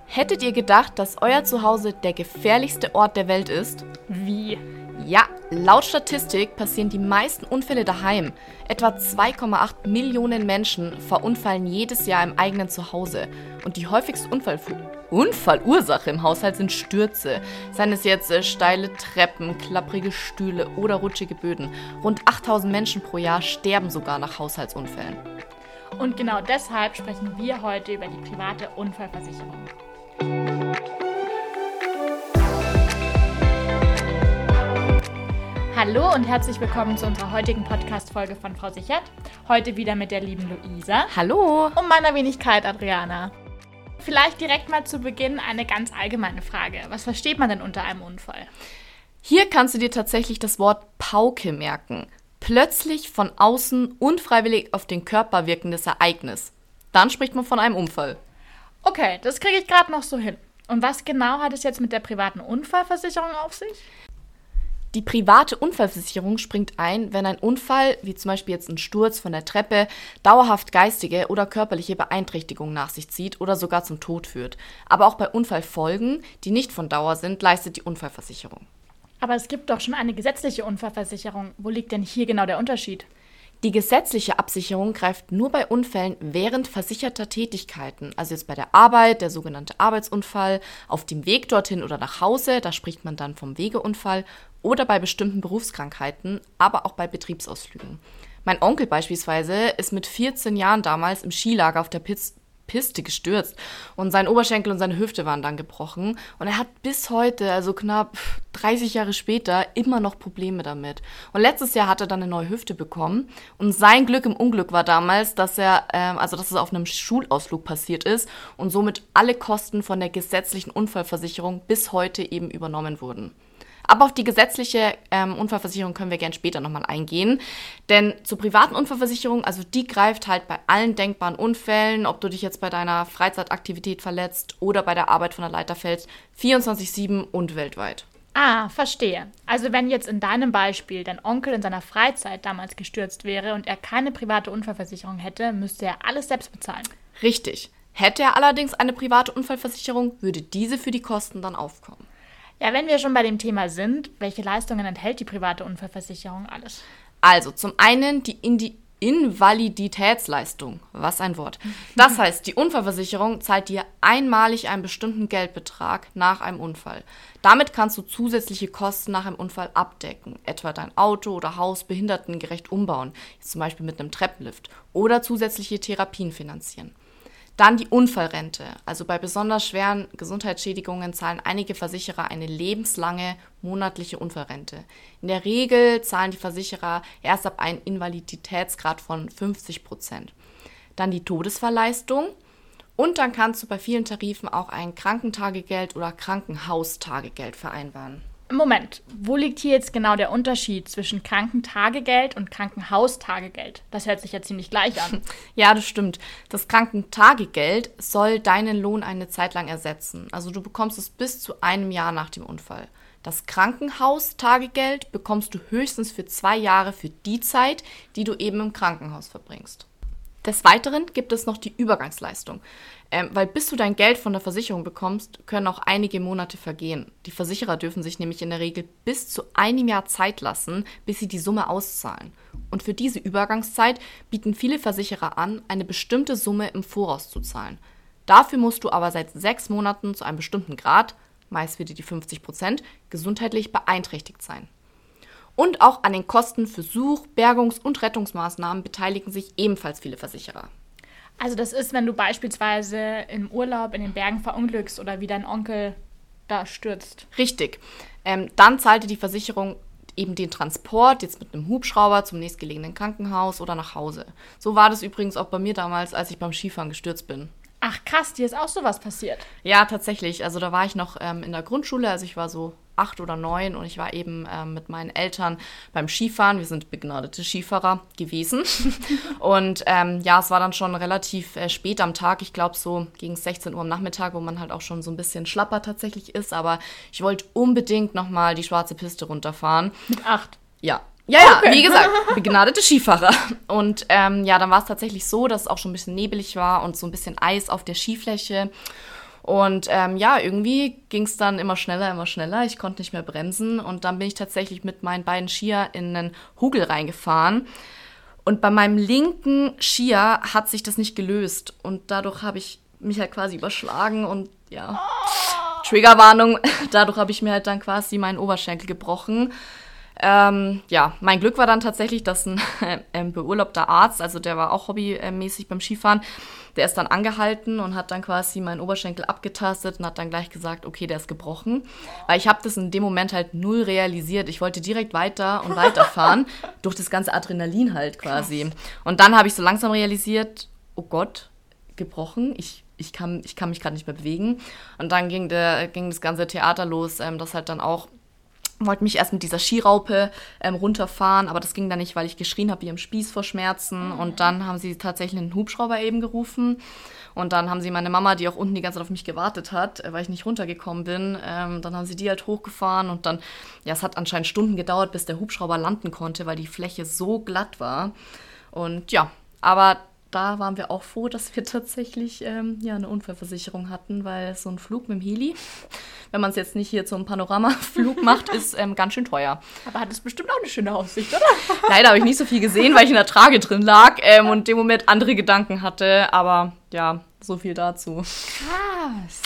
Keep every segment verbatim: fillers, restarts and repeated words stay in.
Hättet ihr gedacht, dass euer Zuhause der gefährlichste Ort der Welt ist? Wie? Ja, laut Statistik passieren die meisten Unfälle daheim. Etwa zwei Komma acht Millionen Menschen verunfallen jedes Jahr im eigenen Zuhause. Und die häufigste Unfallfu- Unfallursache im Haushalt sind Stürze. Seien es jetzt äh, steile Treppen, klapprige Stühle oder rutschige Böden. Rund achttausend Menschen pro Jahr sterben sogar nach Haushaltsunfällen. Und genau deshalb sprechen wir heute über die private Unfallversicherung. Hallo und herzlich willkommen zu unserer heutigen Podcast-Folge von Frau Sichert. Heute wieder mit der lieben Luisa. Hallo. Und meiner Wenigkeit Adriana. Vielleicht direkt mal zu Beginn eine ganz allgemeine Frage. Was versteht man denn unter einem Unfall? Hier kannst du dir tatsächlich das Wort Pauke merken. Plötzlich von außen unfreiwillig auf den Körper wirkendes Ereignis. Dann spricht man von einem Unfall. Okay, das kriege ich gerade noch so hin. Und was genau hat es jetzt mit der privaten Unfallversicherung auf sich? Die private Unfallversicherung springt ein, wenn ein Unfall, wie zum Beispiel jetzt ein Sturz von der Treppe, dauerhaft geistige oder körperliche Beeinträchtigungen nach sich zieht oder sogar zum Tod führt. Aber auch bei Unfallfolgen, die nicht von Dauer sind, leistet die Unfallversicherung. Aber es gibt doch schon eine gesetzliche Unfallversicherung. Wo liegt denn hier genau der Unterschied? Die gesetzliche Absicherung greift nur bei Unfällen während versicherter Tätigkeiten, also jetzt bei der Arbeit, der sogenannte Arbeitsunfall, auf dem Weg dorthin oder nach Hause, da spricht man dann vom Wegeunfall, oder bei bestimmten Berufskrankheiten, aber auch bei Betriebsausflügen. Mein Onkel beispielsweise ist mit vierzehn Jahren damals im Skilager auf der Piz- Piste gestürzt und sein Oberschenkel und seine Hüfte waren dann gebrochen und er hat bis heute, also knapp dreißig Jahre später, immer noch Probleme damit. Und letztes Jahr hat er dann eine neue Hüfte bekommen und sein Glück im Unglück war damals, dass er, ähm, also dass es auf einem Schulausflug passiert ist und somit alle Kosten von der gesetzlichen Unfallversicherung bis heute eben übernommen wurden. Aber auf die gesetzliche ähm, Unfallversicherung können wir gerne später nochmal eingehen. Denn zur privaten Unfallversicherung, also die greift halt bei allen denkbaren Unfällen, ob du dich jetzt bei deiner Freizeitaktivität verletzt oder bei der Arbeit von der Leiter fällst, vierundzwanzig sieben und weltweit. Ah, verstehe. Also wenn jetzt in deinem Beispiel dein Onkel in seiner Freizeit damals gestürzt wäre und er keine private Unfallversicherung hätte, müsste er alles selbst bezahlen. Richtig. Hätte er allerdings eine private Unfallversicherung, würde diese für die Kosten dann aufkommen. Ja, wenn wir schon bei dem Thema sind, welche Leistungen enthält die private Unfallversicherung alles? Also zum einen die Indi- Invaliditätsleistung. Was ein Wort. Das heißt, die Unfallversicherung zahlt dir einmalig einen bestimmten Geldbetrag nach einem Unfall. Damit kannst du zusätzliche Kosten nach einem Unfall abdecken, etwa dein Auto oder Haus behindertengerecht umbauen, jetzt zum Beispiel mit einem Treppenlift, oder zusätzliche Therapien finanzieren. Dann die Unfallrente. Also bei besonders schweren Gesundheitsschädigungen zahlen einige Versicherer eine lebenslange monatliche Unfallrente. In der Regel zahlen die Versicherer erst ab einem Invaliditätsgrad von fünfzig Prozent. Dann die Todesfallleistung. Und dann kannst du bei vielen Tarifen auch ein Krankentagegeld oder Krankenhaustagegeld vereinbaren. Moment, wo liegt hier jetzt genau der Unterschied zwischen Krankentagegeld und Krankenhaustagegeld? Das hört sich ja ziemlich gleich an. Ja, das stimmt. Das Krankentagegeld soll deinen Lohn eine Zeit lang ersetzen. Also du bekommst es bis zu einem Jahr nach dem Unfall. Das Krankenhaustagegeld bekommst du höchstens für zwei Jahre für die Zeit, die du eben im Krankenhaus verbringst. Des Weiteren gibt es noch die Übergangsleistung, ähm, weil bis du dein Geld von der Versicherung bekommst, können auch einige Monate vergehen. Die Versicherer dürfen sich nämlich in der Regel bis zu einem Jahr Zeit lassen, bis sie die Summe auszahlen. Und für diese Übergangszeit bieten viele Versicherer an, eine bestimmte Summe im Voraus zu zahlen. Dafür musst du aber seit sechs Monaten zu einem bestimmten Grad, meist wieder die fünfzig Prozent, gesundheitlich beeinträchtigt sein. Und auch an den Kosten für Such-, Bergungs- und Rettungsmaßnahmen beteiligen sich ebenfalls viele Versicherer. Also das ist, wenn du beispielsweise im Urlaub in den Bergen verunglückst oder wie dein Onkel da stürzt. Richtig. Ähm, dann zahlte die Versicherung eben den Transport, jetzt mit einem Hubschrauber zum nächstgelegenen Krankenhaus oder nach Hause. So war das übrigens auch bei mir damals, als ich beim Skifahren gestürzt bin. Ach krass, dir ist auch sowas passiert? Ja, tatsächlich. Also da war ich noch ähm, in der Grundschule, also ich war so acht oder neun und ich war eben ähm, mit meinen Eltern beim Skifahren. Wir sind begnadete Skifahrer gewesen. Und ähm, ja, es war dann schon relativ äh, spät am Tag. Ich glaube so gegen sechzehn Uhr am Nachmittag, wo man halt auch schon so ein bisschen schlapper tatsächlich ist. Aber ich wollte unbedingt nochmal die schwarze Piste runterfahren. Mit acht? Ja. Ja, ja, okay. Wie gesagt, begnadete Skifahrer. Und ähm, ja, dann war es tatsächlich so, dass es auch schon ein bisschen nebelig war und so ein bisschen Eis auf der Skifläche. Und ähm, ja, irgendwie ging es dann immer schneller, immer schneller. Ich konnte nicht mehr bremsen und dann bin ich tatsächlich mit meinen beiden Skier in einen Hügel reingefahren. Und bei meinem linken Skier hat sich das nicht gelöst und dadurch habe ich mich halt quasi überschlagen und ja, Triggerwarnung, dadurch habe ich mir halt dann quasi meinen Oberschenkel gebrochen. Ähm, ja, mein Glück war dann tatsächlich, dass ein äh, beurlaubter Arzt, also der war auch hobbymäßig beim Skifahren, der ist dann angehalten und hat dann quasi meinen Oberschenkel abgetastet und hat dann gleich gesagt, okay, der ist gebrochen. Weil ich habe das in dem Moment halt null realisiert. Ich wollte direkt weiter und weiterfahren, durch das ganze Adrenalin halt quasi. Krass. Und dann habe ich so langsam realisiert, oh Gott, gebrochen, ich Ich kann, ich kann mich gerade nicht mehr bewegen. Und dann ging, der, ging das ganze Theater los, ähm, das halt dann auch, wollte mich erst mit dieser Skiraupe ähm, runterfahren, aber das ging dann nicht, weil ich geschrien habe wie im Spieß vor Schmerzen. Mhm. Und dann haben sie tatsächlich einen Hubschrauber eben gerufen. Und dann haben sie meine Mama, die auch unten die ganze Zeit auf mich gewartet hat, äh, weil ich nicht runtergekommen bin, ähm, dann haben sie die halt hochgefahren. Und dann, ja, es hat anscheinend Stunden gedauert, bis der Hubschrauber landen konnte, weil die Fläche so glatt war. Und ja, aber da waren wir auch froh, dass wir tatsächlich ähm, ja, eine Unfallversicherung hatten, weil so ein Flug mit dem Heli, wenn man es jetzt nicht hier zum Panoramaflug macht, ist ähm, ganz schön teuer. Aber hat es bestimmt auch eine schöne Aussicht, oder? Leider habe ich nicht so viel gesehen, weil ich in der Trage drin lag ähm, und in dem Moment andere Gedanken hatte. Aber ja, so viel dazu. Krass.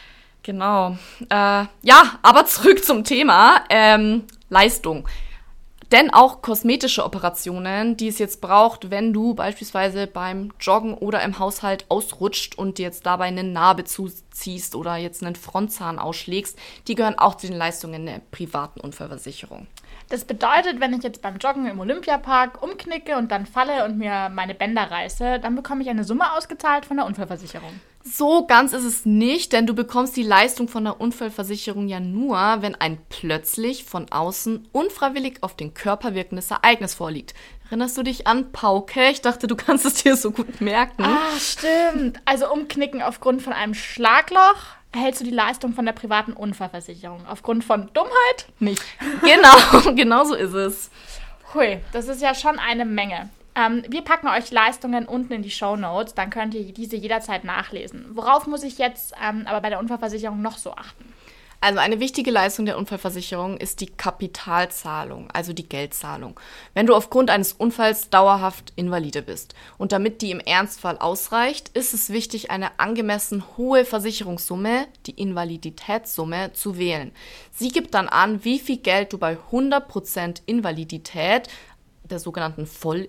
Genau. Äh, ja, aber zurück zum Thema ähm, Leistung. Denn auch kosmetische Operationen, die es jetzt braucht, wenn du beispielsweise beim Joggen oder im Haushalt ausrutscht und dir jetzt dabei eine Narbe zuziehst oder jetzt einen Frontzahn ausschlägst, die gehören auch zu den Leistungen der privaten Unfallversicherung. Das bedeutet, wenn ich jetzt beim Joggen im Olympiapark umknicke und dann falle und mir meine Bänder reiße, dann bekomme ich eine Summe ausgezahlt von der Unfallversicherung. So ganz ist es nicht, denn du bekommst die Leistung von der Unfallversicherung ja nur, wenn ein plötzlich von außen unfreiwillig auf den Körper wirkendes Ereignis vorliegt. Erinnerst du dich an Pauke? Ich dachte, du kannst es dir so gut merken. Ah, stimmt. Also umknicken aufgrund von einem Schlagloch erhältst du die Leistung von der privaten Unfallversicherung. Aufgrund von Dummheit nicht. Genau, genau so ist es. Hui, das ist ja schon eine Menge. Ähm, wir packen euch Leistungen unten in die Shownotes, dann könnt ihr diese jederzeit nachlesen. Worauf muss ich jetzt ähm, aber bei der Unfallversicherung noch so achten? Also eine wichtige Leistung der Unfallversicherung ist die Kapitalzahlung, also die Geldzahlung. Wenn du aufgrund eines Unfalls dauerhaft invalide bist und damit die im Ernstfall ausreicht, ist es wichtig, eine angemessen hohe Versicherungssumme, die Invaliditätssumme, zu wählen. Sie gibt dann an, wie viel Geld du bei hundert Prozent Invalidität, der sogenannten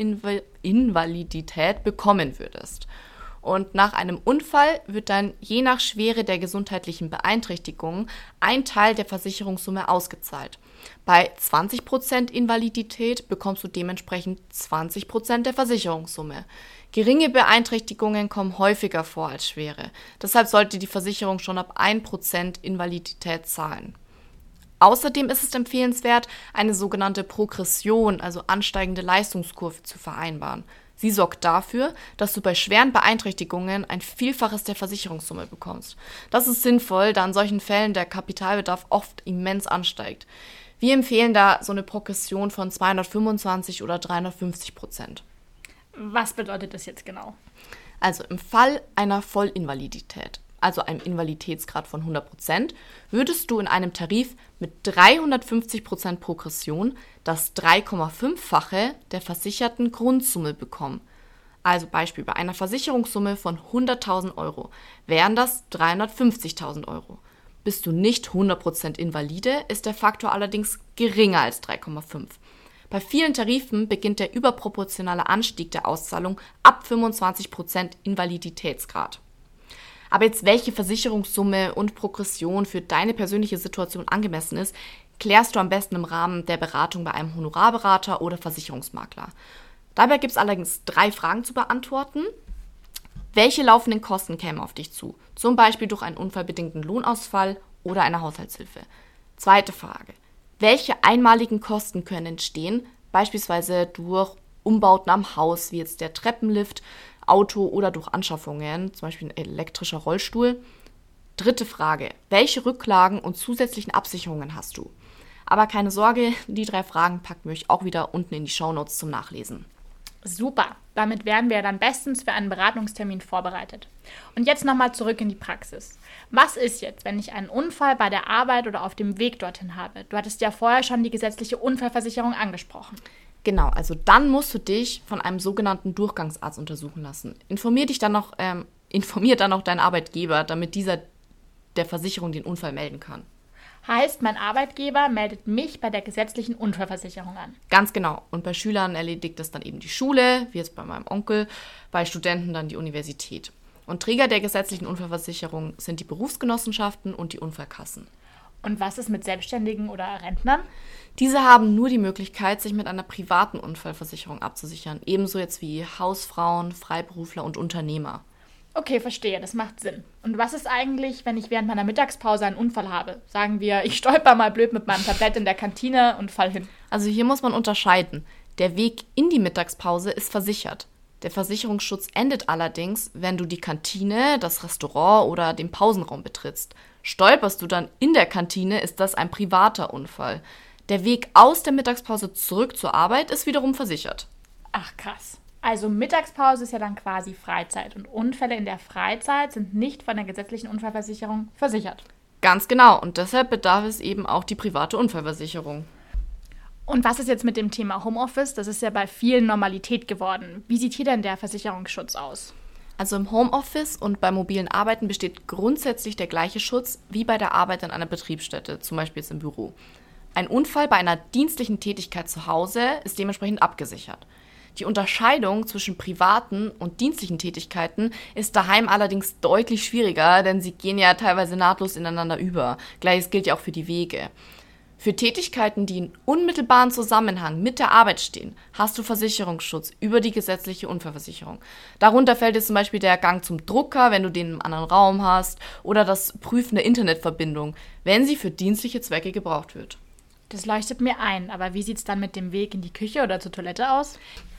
Vollinvalidität, bekommen würdest. Und nach einem Unfall wird dann je nach Schwere der gesundheitlichen Beeinträchtigung ein Teil der Versicherungssumme ausgezahlt. Bei zwanzig Prozent Invalidität bekommst du dementsprechend zwanzig Prozent der Versicherungssumme. Geringe Beeinträchtigungen kommen häufiger vor als schwere. Deshalb sollte die Versicherung schon ab ein Prozent Invalidität zahlen. Außerdem ist es empfehlenswert, eine sogenannte Progression, also ansteigende Leistungskurve, zu vereinbaren. Sie sorgt dafür, dass du bei schweren Beeinträchtigungen ein Vielfaches der Versicherungssumme bekommst. Das ist sinnvoll, da in solchen Fällen der Kapitalbedarf oft immens ansteigt. Wir empfehlen da so eine Progression von zweihundertfünfundzwanzig oder dreihundertfünfzig Prozent. Was bedeutet das jetzt genau? Also im Fall einer Vollinvalidität, also einem Invaliditätsgrad von hundert Prozent, würdest du in einem Tarif mit dreihundertfünfzig Prozent Progression das drei Komma fünf-fache der versicherten Grundsumme bekommen. Also Beispiel, bei einer Versicherungssumme von hunderttausend Euro wären das dreihundertfünfzigtausend Euro. Bist du nicht hundert Prozent invalide, ist der Faktor allerdings geringer als drei Komma fünf. Bei vielen Tarifen beginnt der überproportionale Anstieg der Auszahlung ab fünfundzwanzig Prozent Invaliditätsgrad. Aber jetzt, welche Versicherungssumme und Progression für deine persönliche Situation angemessen ist, klärst du am besten im Rahmen der Beratung bei einem Honorarberater oder Versicherungsmakler. Dabei gibt es allerdings drei Fragen zu beantworten. Welche laufenden Kosten kämen auf dich zu? Zum Beispiel durch einen unfallbedingten Lohnausfall oder eine Haushaltshilfe. Zweite Frage. Welche einmaligen Kosten können entstehen, beispielsweise durch Umbauten am Haus, wie jetzt der Treppenlift, Auto oder durch Anschaffungen, zum Beispiel ein elektrischer Rollstuhl. Dritte Frage. Welche Rücklagen und zusätzlichen Absicherungen hast du? Aber keine Sorge, die drei Fragen packen wir euch auch wieder unten in die Shownotes zum Nachlesen. Super, damit wären wir dann bestens für einen Beratungstermin vorbereitet. Und jetzt nochmal zurück in die Praxis. Was ist jetzt, wenn ich einen Unfall bei der Arbeit oder auf dem Weg dorthin habe? Du hattest ja vorher schon die gesetzliche Unfallversicherung angesprochen. Genau, also dann musst du dich von einem sogenannten Durchgangsarzt untersuchen lassen. Informier dich dann noch, ähm, informier dann noch deinen Arbeitgeber, damit dieser der Versicherung den Unfall melden kann. Heißt, mein Arbeitgeber meldet mich bei der gesetzlichen Unfallversicherung an. Ganz genau. Und bei Schülern erledigt das dann eben die Schule, wie jetzt bei meinem Onkel, bei Studenten dann die Universität. Und Träger der gesetzlichen Unfallversicherung sind die Berufsgenossenschaften und die Unfallkassen. Und was ist mit Selbstständigen oder Rentnern? Diese haben nur die Möglichkeit, sich mit einer privaten Unfallversicherung abzusichern. Ebenso jetzt wie Hausfrauen, Freiberufler und Unternehmer. Okay, verstehe, das macht Sinn. Und was ist eigentlich, wenn ich während meiner Mittagspause einen Unfall habe? Sagen wir, ich stolper mal blöd mit meinem Tablett in der Kantine und fall hin. Also hier muss man unterscheiden. Der Weg in die Mittagspause ist versichert. Der Versicherungsschutz endet allerdings, wenn du die Kantine, das Restaurant oder den Pausenraum betrittst. Stolperst du dann in der Kantine, ist das ein privater Unfall. Der Weg aus der Mittagspause zurück zur Arbeit ist wiederum versichert. Ach krass. Also Mittagspause ist ja dann quasi Freizeit und Unfälle in der Freizeit sind nicht von der gesetzlichen Unfallversicherung versichert. Ganz genau und deshalb bedarf es eben auch die private Unfallversicherung. Und was ist jetzt mit dem Thema Homeoffice? Das ist ja bei vielen Normalität geworden. Wie sieht hier denn der Versicherungsschutz aus? Also im Homeoffice und beim mobilen Arbeiten besteht grundsätzlich der gleiche Schutz wie bei der Arbeit in einer Betriebsstätte, zum Beispiel jetzt im Büro. Ein Unfall bei einer dienstlichen Tätigkeit zu Hause ist dementsprechend abgesichert. Die Unterscheidung zwischen privaten und dienstlichen Tätigkeiten ist daheim allerdings deutlich schwieriger, denn sie gehen ja teilweise nahtlos ineinander über. Gleiches gilt ja auch für die Wege. Für Tätigkeiten, die in unmittelbaren Zusammenhang mit der Arbeit stehen, hast du Versicherungsschutz über die gesetzliche Unfallversicherung. Darunter fällt jetzt zum Beispiel der Gang zum Drucker, wenn du den im anderen Raum hast, oder das Prüfen der Internetverbindung, wenn sie für dienstliche Zwecke gebraucht wird. Das leuchtet mir ein, aber wie sieht es dann mit dem Weg in die Küche oder zur Toilette aus?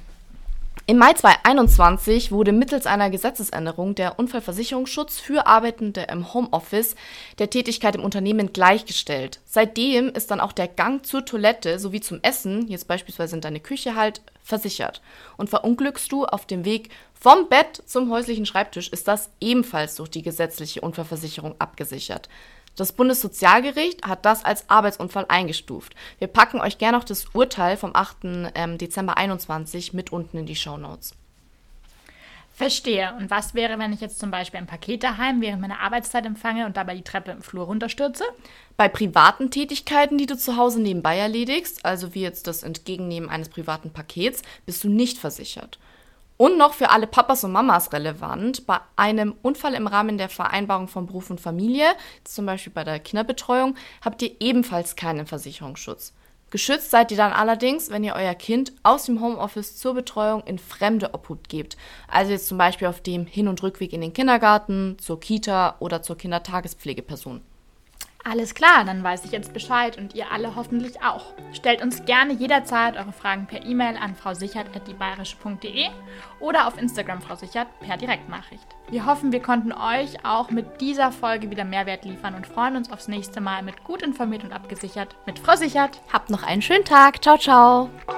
Im Mai zweitausendeinundzwanzig wurde mittels einer Gesetzesänderung der Unfallversicherungsschutz für Arbeitende im Homeoffice der Tätigkeit im Unternehmen gleichgestellt. Seitdem ist dann auch der Gang zur Toilette sowie zum Essen, jetzt beispielsweise in deine Küche halt, versichert. Und verunglückst du auf dem Weg vom Bett zum häuslichen Schreibtisch, ist das ebenfalls durch die gesetzliche Unfallversicherung abgesichert. Das Bundessozialgericht hat das als Arbeitsunfall eingestuft. Wir packen euch gerne noch das Urteil vom achten Dezember einundzwanzig mit unten in die Shownotes. Verstehe. Und was wäre, wenn ich jetzt zum Beispiel ein Paket daheim während meiner Arbeitszeit empfange und dabei die Treppe im Flur runterstürze? Bei privaten Tätigkeiten, die du zu Hause nebenbei erledigst, also wie jetzt das Entgegennehmen eines privaten Pakets, bist du nicht versichert. Und noch für alle Papas und Mamas relevant, bei einem Unfall im Rahmen der Vereinbarung von Beruf und Familie, zum Beispiel bei der Kinderbetreuung, habt ihr ebenfalls keinen Versicherungsschutz. Geschützt seid ihr dann allerdings, wenn ihr euer Kind aus dem Homeoffice zur Betreuung in fremde Obhut gebt. Also jetzt zum Beispiel auf dem Hin- und Rückweg in den Kindergarten, zur Kita oder zur Kindertagespflegeperson. Alles klar, dann weiß ich jetzt Bescheid und ihr alle hoffentlich auch. Stellt uns gerne jederzeit eure Fragen per E-Mail an frausichert at diebayerische punkt de oder auf Instagram frausichert per Direktnachricht. Wir hoffen, wir konnten euch auch mit dieser Folge wieder Mehrwert liefern und freuen uns aufs nächste Mal mit gut informiert und abgesichert mit Frau Sichert. Habt noch einen schönen Tag. Ciao, ciao.